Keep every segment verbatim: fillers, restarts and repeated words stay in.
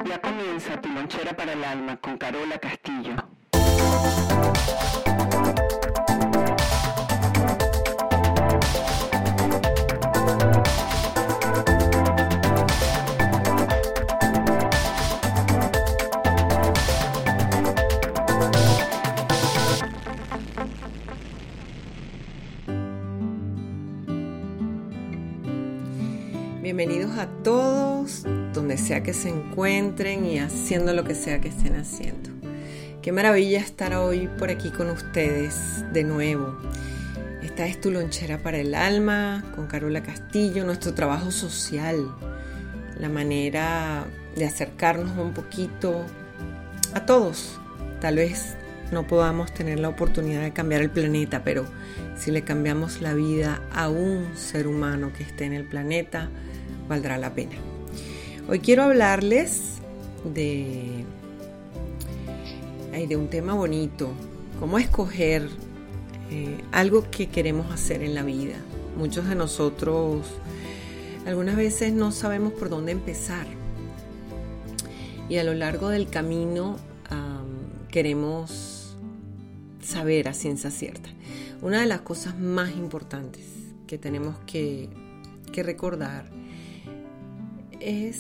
Ya comienza Tu Lonchera para el Alma con Carola Castillo. Bienvenidos a todos, donde sea que se encuentren y haciendo lo que sea que estén haciendo. Qué maravilla estar hoy por aquí con ustedes de nuevo. Esta es Tu Lonchera para el Alma con Carola Castillo, nuestro trabajo social, la manera de acercarnos un poquito a todos. Tal vez no podamos tener la oportunidad de cambiar el planeta, pero si le cambiamos la vida a un ser humano que esté en el planeta, valdrá la pena. Hoy quiero hablarles de, ay, de un tema bonito, cómo escoger eh, algo que queremos hacer en la vida. Muchos de nosotros algunas veces no sabemos por dónde empezar y a lo largo del camino um, queremos saber a ciencia cierta. Una de las cosas más importantes que tenemos que, que recordar es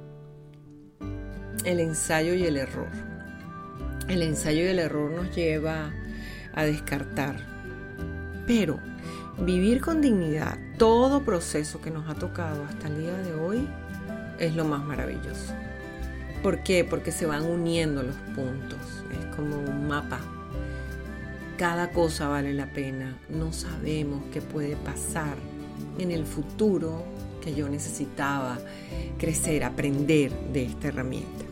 el ensayo y el error. El ensayo y el error nos lleva a descartar, pero vivir con dignidad todo proceso que nos ha tocado hasta el día de hoy es lo más maravilloso. ¿Por qué? Porque se van uniendo los puntos, es como un mapa. Cada cosa vale la pena. No sabemos qué puede pasar en el futuro que yo necesitaba crecer, aprender de esta herramienta.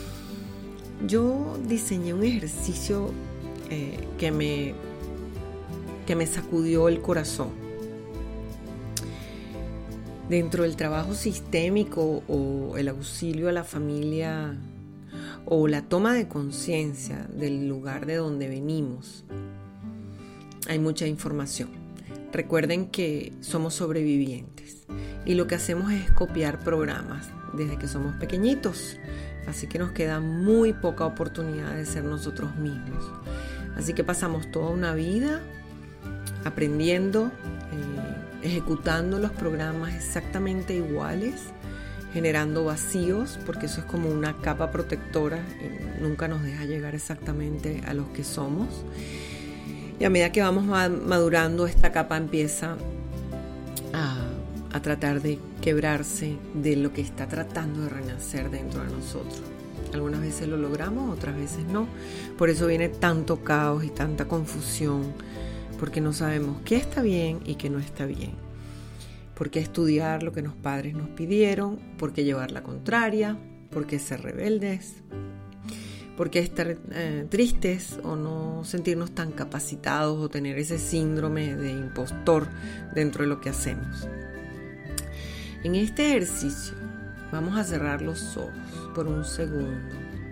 Yo diseñé un ejercicio eh, que me, que me sacudió el corazón. Dentro del trabajo sistémico o el auxilio a la familia o la toma de conciencia del lugar de donde venimos, hay mucha información. Recuerden que somos sobrevivientes y lo que hacemos es copiar programas desde que somos pequeñitos, así que nos queda muy poca oportunidad de ser nosotros mismos. Así que pasamos toda una vida aprendiendo, eh, ejecutando los programas exactamente iguales, generando vacíos, porque eso es como una capa protectora y nunca nos deja llegar exactamente a los que somos. Y a medida que vamos madurando, esta capa empieza a, a tratar de quebrarse de lo que está tratando de renacer dentro de nosotros. Algunas veces lo logramos, otras veces no. Por eso viene tanto caos y tanta confusión, porque no sabemos qué está bien y qué no está bien. ¿Por qué estudiar lo que los padres nos pidieron? ¿Por qué llevar la contraria? ¿Por qué ser rebeldes? ¿Por qué estar eh, tristes o no sentirnos tan capacitados o tener ese síndrome de impostor dentro de lo que hacemos? En este ejercicio vamos a cerrar los ojos por un segundo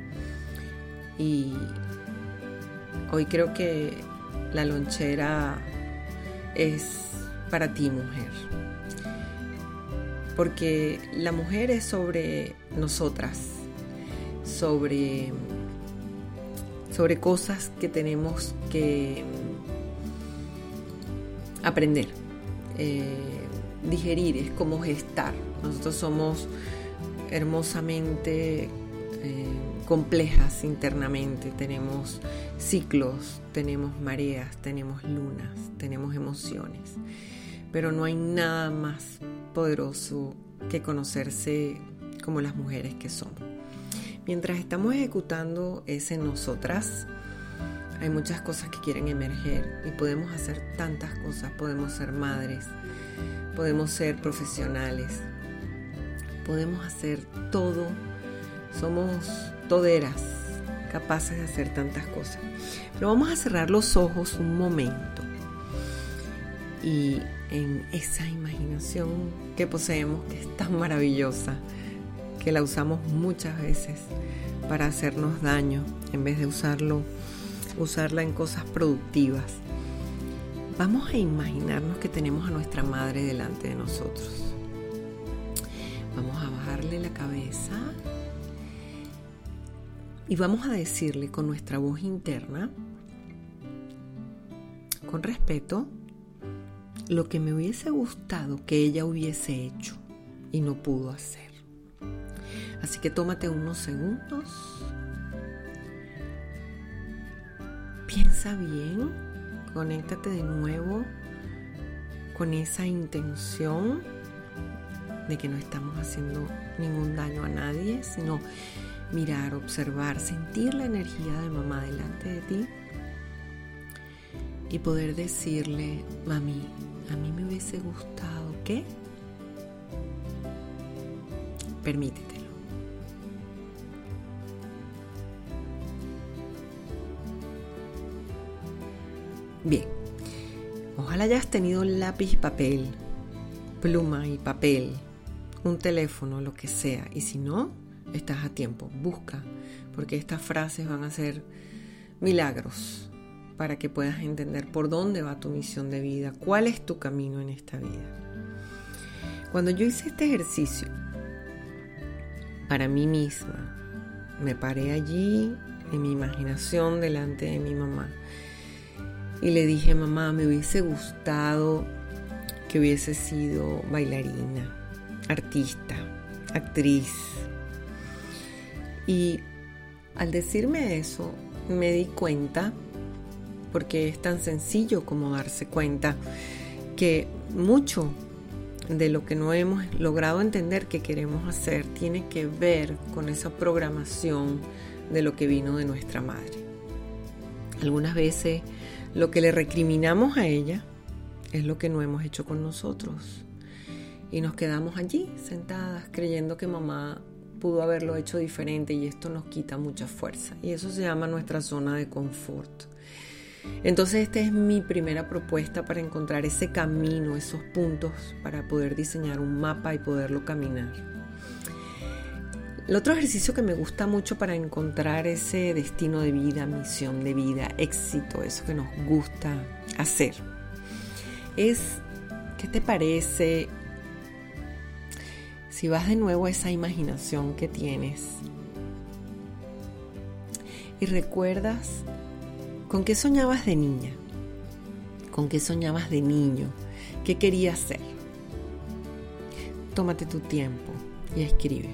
y hoy creo que la lonchera es para ti, mujer, porque la mujer es sobre nosotras, sobre sobre cosas que tenemos que aprender, eh, digerir, es como gestar. Nosotros somos hermosamente eh, complejas internamente, tenemos ciclos, tenemos mareas, tenemos lunas, tenemos emociones, pero no hay nada más poderoso que conocerse como las mujeres que somos. Mientras estamos ejecutando ese nosotras, hay muchas cosas que quieren emerger y podemos hacer tantas cosas. Podemos ser madres, podemos ser profesionales, podemos hacer todo. Somos toderas, capaces de hacer tantas cosas. Pero vamos a cerrar los ojos un momento y en esa imaginación que poseemos, que es tan maravillosa, que la usamos muchas veces para hacernos daño en vez de usarlo, usarla en cosas productivas. Vamos a imaginarnos que tenemos a nuestra madre delante de nosotros. Vamos a bajarle la cabeza y vamos a decirle con nuestra voz interna, con respeto, lo que me hubiese gustado que ella hubiese hecho y no pudo hacer. Así que tómate unos segundos, piensa bien, conéctate de nuevo con esa intención de que no estamos haciendo ningún daño a nadie, sino mirar, observar, sentir la energía de mamá delante de ti y poder decirle, mami, a mí me hubiese gustado que, permítetelo. Bien, ojalá hayas tenido lápiz y papel, pluma y papel, un teléfono, lo que sea, y si no, estás a tiempo, busca, porque estas frases van a ser milagros para que puedas entender por dónde va tu misión de vida, cuál es tu camino en esta vida. Cuando yo hice este ejercicio para mí misma, me paré allí en mi imaginación delante de mi mamá y le dije, mamá, me hubiese gustado que hubiese sido bailarina, artista, actriz. Y al decirme eso, me di cuenta, porque es tan sencillo como darse cuenta, que mucho de lo que no hemos logrado entender que queremos hacer tiene que ver con esa programación de lo que vino de nuestra madre. Algunas veces lo que le recriminamos a ella es lo que no hemos hecho con nosotros. Y nos quedamos allí sentadas creyendo que mamá pudo haberlo hecho diferente y esto nos quita mucha fuerza. Y eso se llama nuestra zona de confort. Entonces esta es mi primera propuesta para encontrar ese camino, esos puntos para poder diseñar un mapa y poderlo caminar. El otro ejercicio que me gusta mucho para encontrar ese destino de vida, misión de vida, éxito, eso que nos gusta hacer, es, ¿qué te parece si vas de nuevo a esa imaginación que tienes y recuerdas con qué soñabas de niña, con qué soñabas de niño, qué querías ser? Tómate tu tiempo y escribe.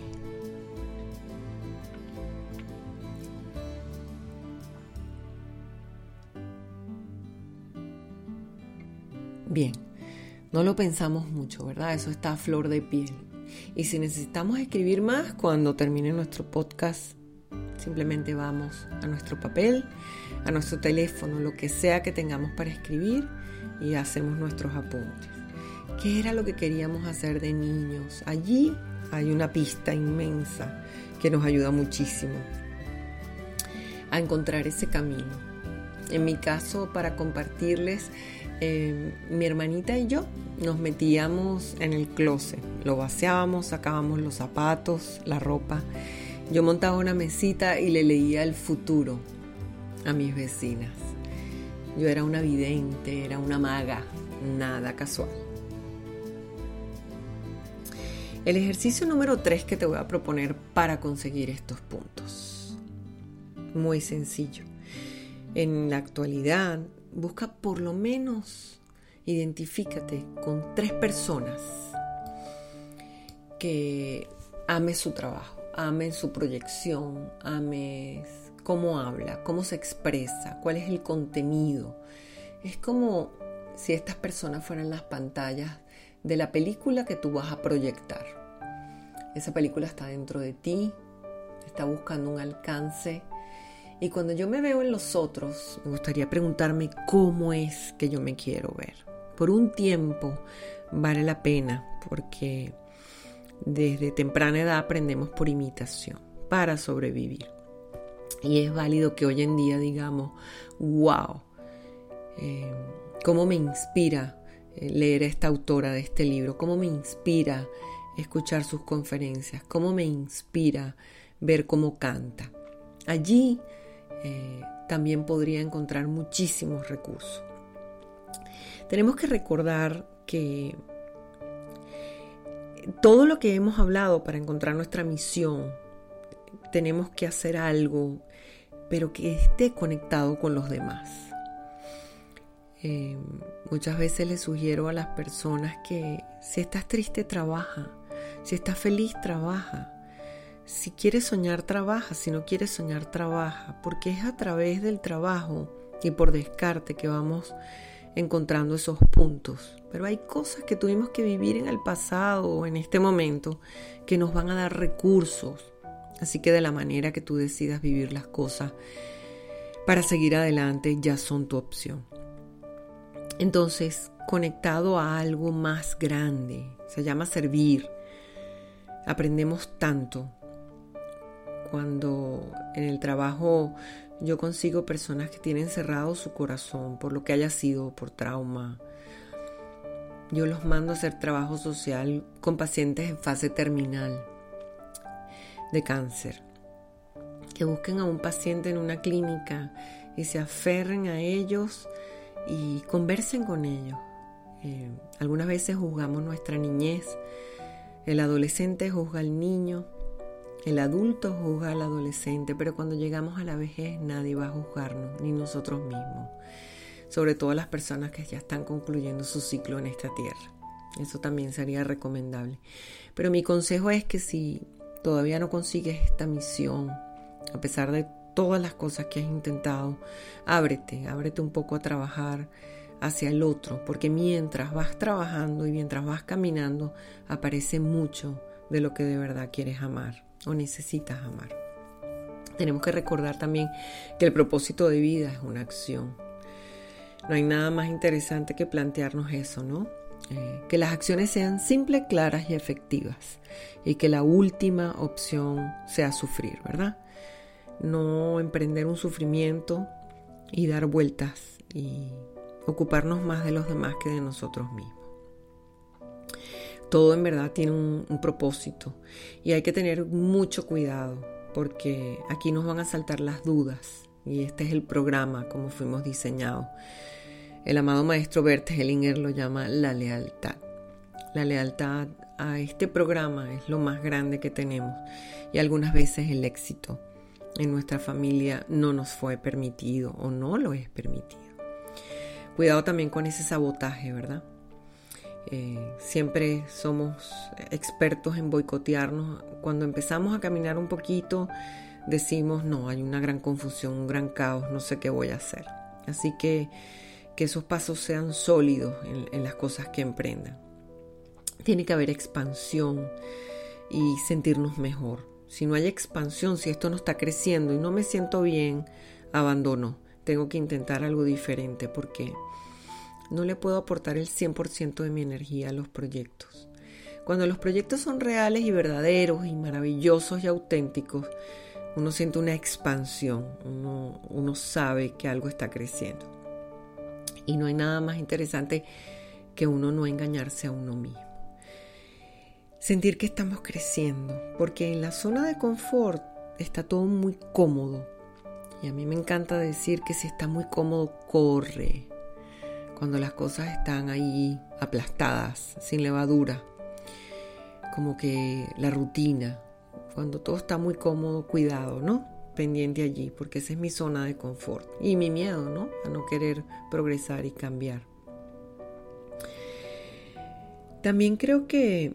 Bien, no lo pensamos mucho, ¿verdad? Eso está a flor de piel. Y si necesitamos escribir más, cuando termine nuestro podcast, simplemente vamos a nuestro papel, a nuestro teléfono, lo que sea que tengamos para escribir y hacemos nuestros apuntes. ¿Qué era lo que queríamos hacer de niños? Allí hay una pista inmensa que nos ayuda muchísimo a encontrar ese camino. En mi caso, para compartirles, eh, mi hermanita y yo nos metíamos en el closet, lo vaciábamos, sacábamos los zapatos, la ropa. Yo montaba una mesita y le leía el futuro a mis vecinas. Yo era una vidente, era una maga, nada casual. El ejercicio número tres que te voy a proponer para conseguir estos puntos. Muy sencillo. En la actualidad, busca por lo menos, identifícate con tres personas que ames su trabajo, ames su proyección, ames cómo habla, cómo se expresa, cuál es el contenido. Es como si estas personas fueran las pantallas de la película que tú vas a proyectar. Esa película está dentro de ti, está buscando un alcance. Y cuando yo me veo en los otros, me gustaría preguntarme cómo es que yo me quiero ver. Por un tiempo vale la pena, porque desde temprana edad aprendemos por imitación para sobrevivir. Y es válido que hoy en día digamos, wow, eh, cómo me inspira leer a esta autora de este libro, cómo me inspira escuchar sus conferencias, cómo me inspira ver cómo canta. Allí eh, también podría encontrar muchísimos recursos. Tenemos que recordar que todo lo que hemos hablado para encontrar nuestra misión tenemos que hacer algo, pero que esté conectado con los demás. Eh, muchas veces les sugiero a las personas que si estás triste, trabaja. Si estás feliz, trabaja. Si quieres soñar, trabaja. Si no quieres soñar, trabaja. Porque es a través del trabajo y por descarte que vamos encontrando esos puntos. Pero hay cosas que tuvimos que vivir en el pasado o en este momento que nos van a dar recursos. Así que de la manera que tú decidas vivir las cosas para seguir adelante ya son tu opción. Entonces, conectado a algo más grande, se llama servir. Aprendemos tanto. Cuando en el trabajo yo consigo personas que tienen cerrado su corazón por lo que haya sido, por trauma, yo los mando a hacer trabajo social con pacientes en fase terminal de cáncer. Que busquen a un paciente en una clínica y se aferren a ellos y conversen con ellos. Eh, algunas veces juzgamos nuestra niñez. El adolescente juzga al niño, el adulto juzga al adolescente, pero cuando llegamos a la vejez nadie va a juzgarnos, ni nosotros mismos. Sobre todo las personas que ya están concluyendo su ciclo en esta tierra. Eso también sería recomendable. Pero mi consejo es que si todavía no consigues esta misión, a pesar de todas las cosas que has intentado, ábrete, ábrete un poco a trabajar hacia el otro, porque mientras vas trabajando y mientras vas caminando, aparece mucho de lo que de verdad quieres amar o necesitas amar. Tenemos que recordar también que el propósito de vida es una acción. No hay nada más interesante que plantearnos eso, ¿no? Eh, que las acciones sean simples, claras y efectivas, y que la última opción sea sufrir, ¿verdad? No emprender un sufrimiento y dar vueltas y ocuparnos más de los demás que de nosotros mismos. Todo en verdad tiene un, un propósito y hay que tener mucho cuidado porque aquí nos van a saltar las dudas y este es el programa como fuimos diseñados. El amado maestro Bert Hellinger lo llama la lealtad. La lealtad a este programa es lo más grande que tenemos y algunas veces el éxito en nuestra familia no nos fue permitido o no lo es permitido. Cuidado también con ese sabotaje, ¿verdad? Eh, siempre somos expertos en boicotearnos. Cuando empezamos a caminar un poquito, decimos, no, hay una gran confusión, un gran caos, no sé qué voy a hacer. Así que que esos pasos sean sólidos en, en las cosas que emprendan. Tiene que haber expansión y sentirnos mejor. Si no hay expansión, si esto no está creciendo y no me siento bien, abandono. Tengo que intentar algo diferente porque no le puedo aportar el cien por ciento de mi energía a los proyectos. Cuando los proyectos son reales y verdaderos y maravillosos y auténticos, uno siente una expansión, uno, uno sabe que algo está creciendo. Y no hay nada más interesante que uno no engañarse a uno mismo. Sentir que estamos creciendo, porque en la zona de confort está todo muy cómodo. Y a mí me encanta decir que si está muy cómodo, corre. Cuando las cosas están ahí aplastadas, sin levadura. Como que la rutina. Cuando todo está muy cómodo, cuidado, ¿no? Pendiente allí, porque esa es mi zona de confort. Y mi miedo, ¿no? A no querer progresar y cambiar. También creo que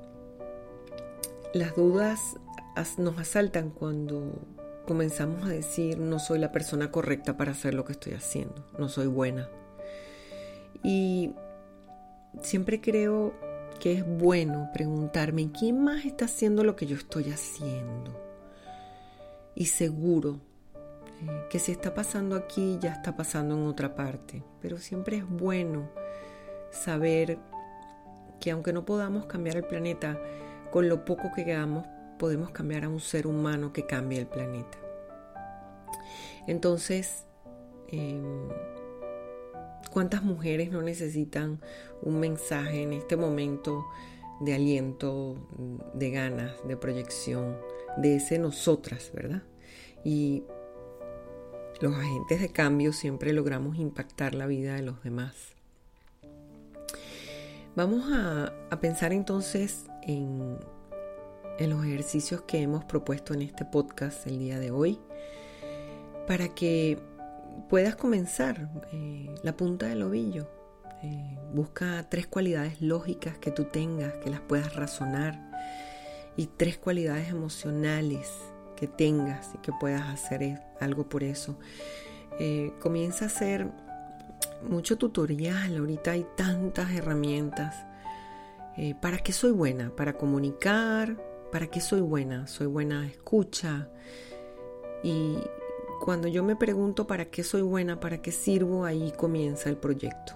las dudas nos asaltan cuando comenzamos a decir no soy la persona correcta para hacer lo que estoy haciendo, no soy buena. Y siempre creo que es bueno preguntarme ¿quién más está haciendo lo que yo estoy haciendo? Y seguro eh, que si está pasando aquí ya está pasando en otra parte, pero siempre es bueno saber que aunque no podamos cambiar el planeta, con lo poco que hagamos podemos cambiar a un ser humano que cambie el planeta. Entonces, eh, ¿cuántas mujeres no necesitan un mensaje en este momento de aliento, de ganas, de proyección, de ese nosotras, ¿verdad? Y los agentes de cambio siempre logramos impactar la vida de los demás. Vamos a, a pensar entonces en en los ejercicios que hemos propuesto en este podcast el día de hoy para que puedas comenzar eh, la punta del ovillo. Eh, busca tres cualidades lógicas que tú tengas, que las puedas razonar, y tres cualidades emocionales que tengas y que puedas hacer algo por eso. Eh, comienza a hacer mucho tutorial. Ahorita hay tantas herramientas. Eh, ¿Para qué soy buena? Para comunicar. ¿Para qué soy buena? Soy buena escucha. Y cuando yo me pregunto para qué soy buena, para qué sirvo, ahí comienza el proyecto.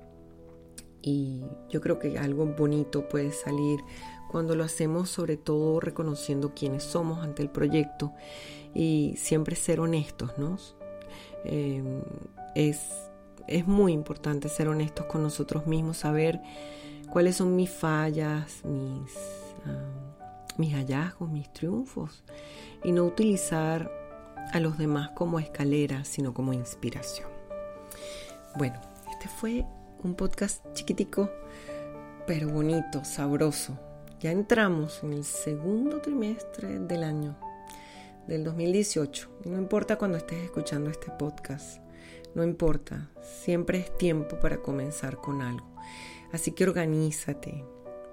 Y yo creo que algo bonito puede salir cuando lo hacemos, sobre todo reconociendo quiénes somos ante el proyecto y siempre ser honestos, ¿no? Eh, es, es muy importante ser honestos con nosotros mismos, saber cuáles son mis fallas, mis, uh, mis hallazgos, mis triunfos, y no utilizar a los demás como escalera, sino como inspiración. Bueno, este fue un podcast chiquitico, pero bonito, sabroso. Ya entramos en el segundo trimestre del año, del dos mil dieciocho. No importa cuando estés escuchando este podcast, no importa. Siempre es tiempo para comenzar con algo. Así que organízate.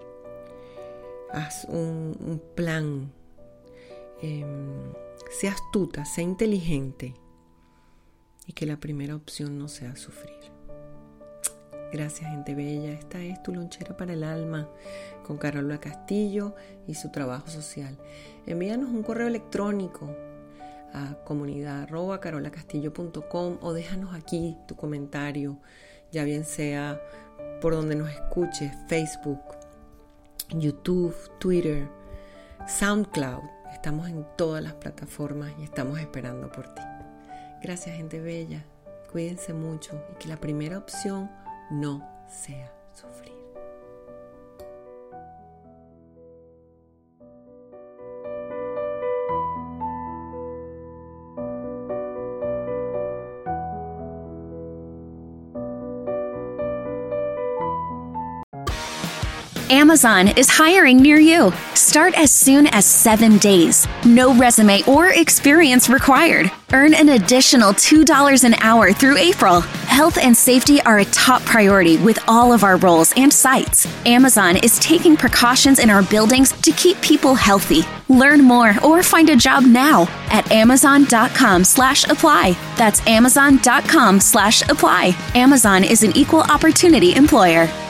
Haz un, un plan. Eh, sea astuta, sea inteligente. Y que la primera opción no sea sufrir. Gracias, gente bella. Esta es tu lonchera para el alma con Carola Castillo y su trabajo social. Envíanos un correo electrónico a comunidad arroba carolacastillo punto com o déjanos aquí tu comentario, ya bien sea por donde nos escuches, Facebook, YouTube, Twitter, SoundCloud. Estamos en todas las plataformas y estamos esperando por ti. Gracias, gente bella. Cuídense mucho y que la primera opción no sea sufrir. Amazon is hiring near you. Start as soon as seven days. No resume or experience required. Earn an additional two dollars an hour through April. Health and safety are a top priority with all of our roles and sites. Amazon is taking precautions in our buildings to keep people healthy. Learn more or find a job now at amazon.com slash apply. That's amazon.com slash apply. Amazon is an equal opportunity employer.